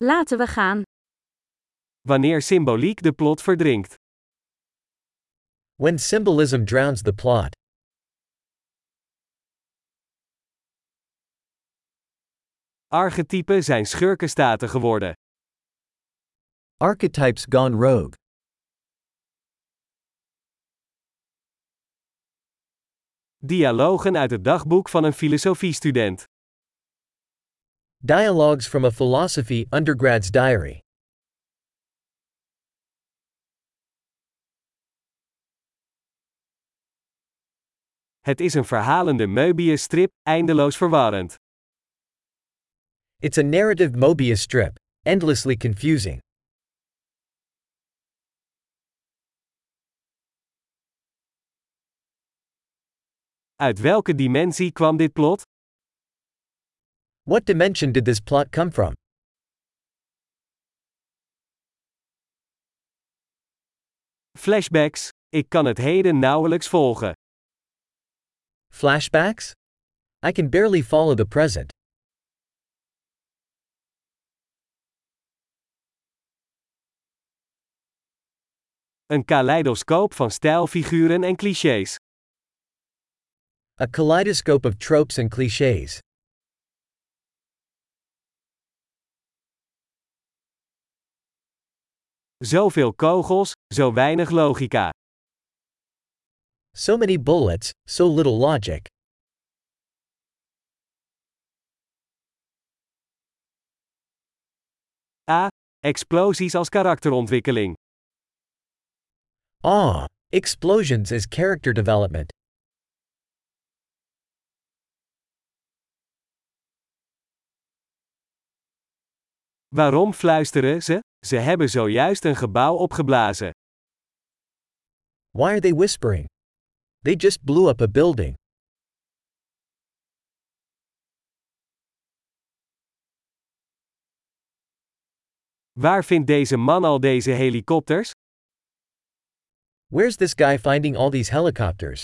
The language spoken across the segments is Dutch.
Laten we gaan. Wanneer symboliek de plot verdrinkt. When symbolism drowns the plot. Archetypen zijn schurkenstaten geworden. Archetypes gone rogue. Dialogen uit het dagboek van een filosofiestudent. Dialogues from a philosophy undergrad's diary. Het is een verhalende Möbius-strip, eindeloos verwarrend. It's a narrative Mobius strip, endlessly confusing. Uit welke dimensie kwam dit plot? What dimension did this plot come from? Flashbacks. Ik kan het heden nauwelijks volgen. Flashbacks? I can barely follow the present. Een kaleidoscoop van stijlfiguren en clichés. A kaleidoscope of tropes and clichés. Zoveel kogels, zo weinig logica. So many bullets, so little logic. Explosies als karakterontwikkeling. Explosions as character development. Waarom fluisteren ze? Ze hebben zojuist een gebouw opgeblazen. Why are they whispering? They just blew up a building. Waar vindt deze man al deze helikopters? Where's this guy finding all these helicopters?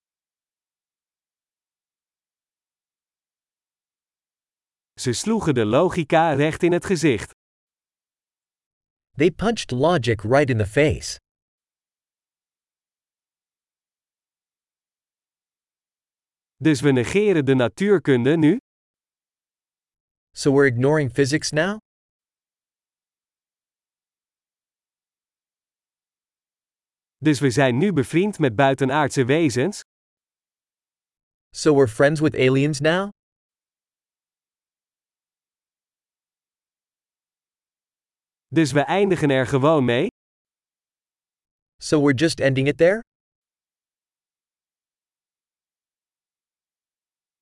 Ze sloegen de logica recht in het gezicht. They punched logic right in the face. Dus we negeren de natuurkunde nu? So we're ignoring physics now? Dus we zijn nu bevriend met buitenaardse wezens? So we're friends with aliens now? Dus we eindigen er gewoon mee? So we're just ending it there?